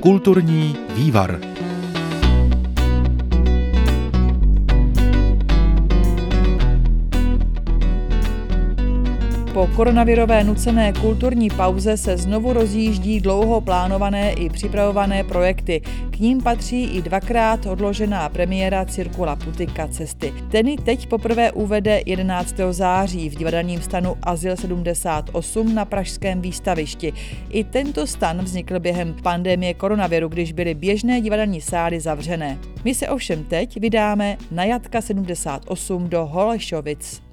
Kulturní vývar. Po koronavirové nucené kulturní pauze se znovu rozjíždí dlouho plánované i připravované projekty. K ním patří i dvakrát odložená premiéra Cirkula Putika Cesty. Ten ji teď poprvé uvede 11. září v divadelním stanu Azyl 78 na pražském výstavišti. I tento stan vznikl během pandemie koronaviru, když byly běžné divadelní sály zavřené. My se ovšem teď vydáme na Jatka 78 do Holešovic.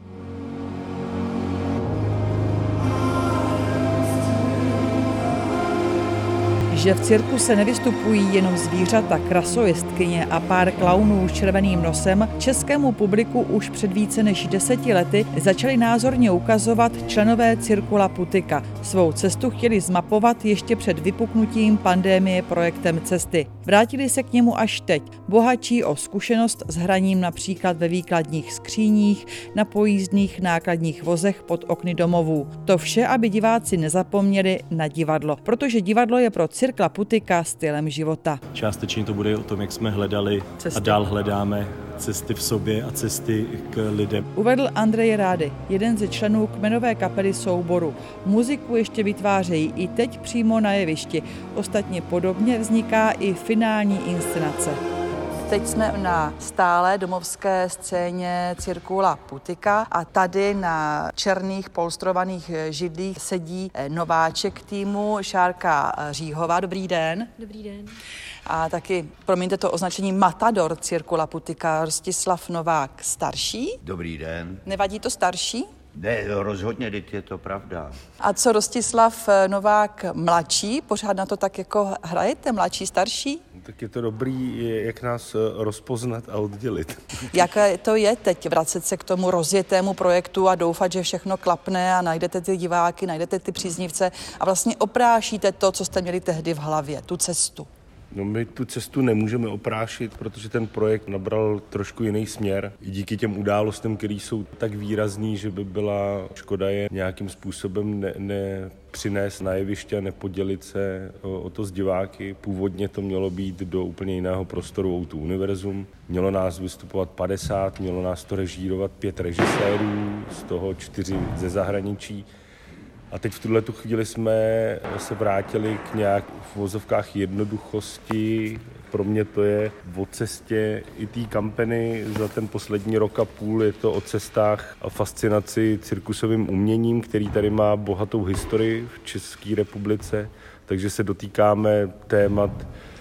Že v cirkuse nevystupují jenom zvířata, krasojistkyně a pár klaunů s červeným nosem, českému publiku už před více než 10 lety začali názorně ukazovat členové Cirkula Putika. Svou cestu chtěli zmapovat ještě před vypuknutím pandemie projektem Cesty. Vrátili se k němu až teď, bohatší o zkušenost s hraním například ve výkladních skříních, na pojízdných nákladních vozech pod okny domovů. To vše, aby diváci nezapomněli na divadlo, protože divadlo je pro Cirkla Putika stylem života. Částečně to bude o tom, jak jsme hledali cesty. A dál hledáme cesty v sobě a cesty k lidem. Uvedl Andrej Rády, jeden ze členů kmenové kapely souboru. Muziku ještě vytvářejí i teď přímo na jevišti. Ostatně podobně vzniká i finální inscenace. Teď jsme na stálé domovské scéně Cirkula Putika a tady na černých polstrovaných židlích sedí nováček týmu Šárka Říhová. Dobrý den. Dobrý den. A taky, promiňte to označení, matador Cirkula Putika, Rostislav Novák starší. Dobrý den. Nevadí to starší? Ne, rozhodně, teď je to pravda. A co Rostislav Novák mladší? Pořád na to tak jako hrajete, mladší, starší? Tak je to dobrý, jak nás rozpoznat a oddělit. Jak to je teď vracet se k tomu rozjetému projektu a doufat, že všechno klapne a najdete ty diváky, najdete ty příznivce a vlastně oprášíte to, co jste měli tehdy v hlavě, tu cestu? No, my tu cestu nemůžeme oprášit, protože ten projekt nabral trošku jiný směr. I díky těm událostem, které jsou tak výrazný, že by byla škoda je nějakým způsobem nepřinést na jeviště a nepodělit se o to s diváky. Původně to mělo být do úplně jiného prostoru O2 Univerzum. Mělo nás vystupovat 50, mělo nás to režírovat 5 režisérů, z toho 4 ze zahraničí. A teď v tuhletu chvíli jsme se vrátili k nějak v vozovkách jednoduchosti. Pro mě to je o cestě i té kampany za ten poslední rok a půl. Je to o cestách a fascinaci cirkusovým uměním, který tady má bohatou historii v České republice. Takže se dotýkáme témat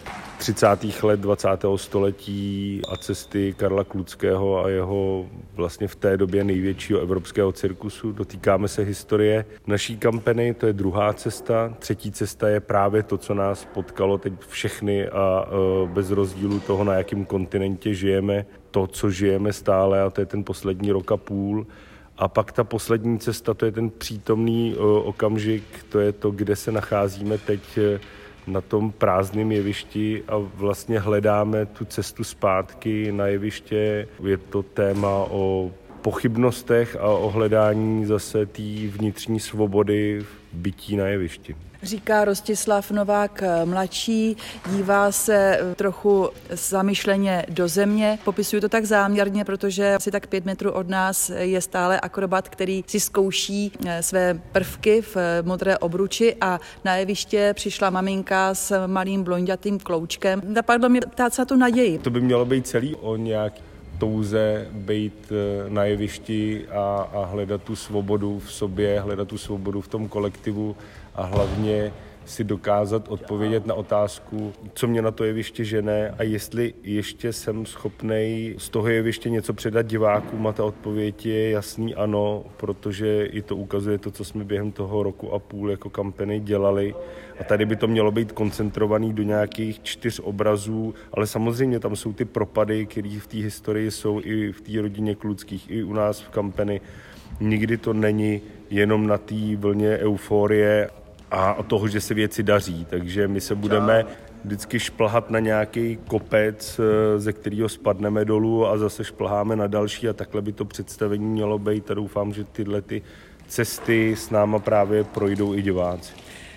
30. let 20. století a cesty Karla Kludského a jeho vlastně v té době největšího evropského cirkusu. Dotýkáme se historie naší kampany, to je druhá cesta. Třetí cesta je právě to, co nás potkalo teď všechny a bez rozdílu toho, na jakém kontinentě žijeme, to, co žijeme stále, a to je ten poslední rok a půl. A pak ta poslední cesta, to je ten přítomný okamžik, to je to, kde se nacházíme teď na tom prázdném jevišti a vlastně hledáme tu cestu zpátky na jeviště. Je to téma o pochybnostech a o hledání zase té vnitřní svobody v bytí na jevišti. Říká Rostislav Novák mladší, dívá se trochu zamyšleně do země. Popisuju to tak záměrně, protože asi tak 5 metrů od nás je stále akrobat, který si zkouší své prvky v modré obruči a na jeviště přišla maminka s malým blonďatým kloučkem. Napadlo mě ptát se na tu naději. To by mělo být celý o nějaký touze být na jevišti a hledat tu svobodu v sobě, hledat tu svobodu v tom kolektivu a hlavně si dokázat odpovědět na otázku, co mě na to jeviště žene a jestli ještě jsem schopnej z toho jeviště něco předat divákům, a ta odpověď je jasný ano, protože i to ukazuje to, co jsme během toho roku a půl jako kampany dělali. A tady by to mělo být koncentrovaný do nějakých 4 obrazů, ale samozřejmě tam jsou ty propady, které v té historii jsou i v té rodině Kludských, i u nás v kampany. Nikdy to není jenom na té vlně euforie a toho, že se věci daří. Takže my se budeme vždycky šplhat na nějaký kopec, ze kterého spadneme dolů a zase šplháme na další a takhle by to představení mělo být a doufám, že tyhle ty cesty s náma právě projdou i diváci.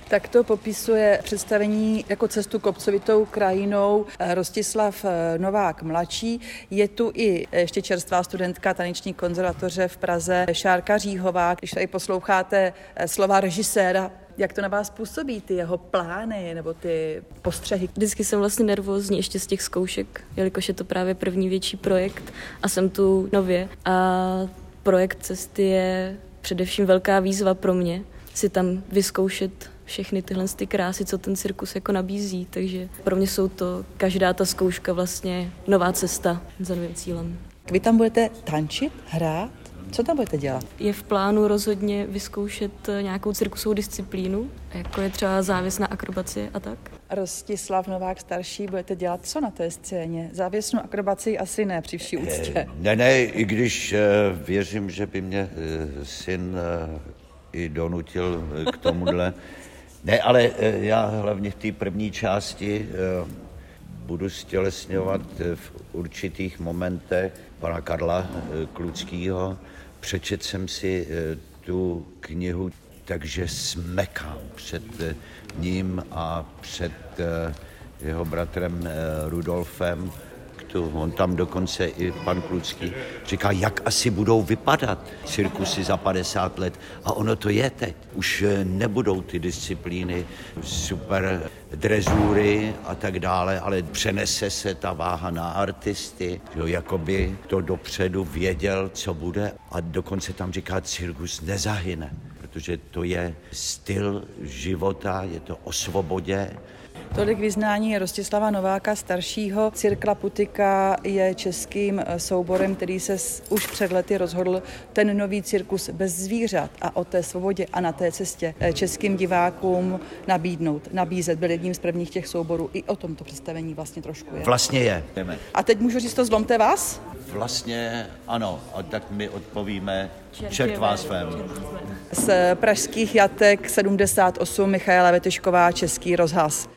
Tak to popisuje představení jako cestu kopcovitou krajinou Rostislav Novák mladší. Je tu i ještě čerstvá studentka taneční konzervatoře v Praze Šárka Říhová. Když tady posloucháte slova režiséra, jak to na vás působí, ty jeho plány nebo ty postřehy? Vždycky jsem vlastně nervózní ještě z těch zkoušek, jelikož je to právě první větší projekt a jsem tu nově. A projekt cesty je především velká výzva pro mě, si tam vyzkoušet všechny tyhle krásy, co ten cirkus jako nabízí, takže pro mě jsou to každá ta zkouška vlastně nová cesta za novým cílem. Vy tam budete tančit, hrát? Co tam budete dělat? Je v plánu rozhodně vyzkoušet nějakou cirkusovou disciplínu, jako je třeba závěsná akrobacie a tak. Rostislav Novák starší, budete dělat co na té scéně? Závěsnou akrobaci asi ne, při vší úctě. Ne, i když věřím, že by mě syn i donutil k tomuhle. Ne, ale já hlavně v té první části budu stělesňovat v určitých momentech pana Karla Kluckýho. Přečetl jsem si tu knihu, takže smekám před ním a před jeho bratrem Rudolfem. On tam dokonce i pan Klucký říká, jak asi budou vypadat cirkusy za 50 let. A ono to je teď. Už nebudou ty disciplíny super drezury a tak dále, ale přenese se ta váha na artisty, jako by to dopředu věděl, co bude. A dokonce tam říká, cirkus nezahyne, protože to je styl života, je to o svobodě. Tolik vyznání Rostislava Nováka staršího. Cirk Laputika je českým souborem, který se už před lety rozhodl ten nový cirkus bez zvířat a o té svobodě a na té cestě českým divákům nabízet. Byl jedním z prvních těch souborů. I o tomto představení vlastně trošku je. Vlastně je. A teď můžu říct to Zlomte vás? Vlastně ano, a tak my odpovíme Čert vás vem. Z pražských jatek 78 Michaela Vetyšková, Český rozhlas.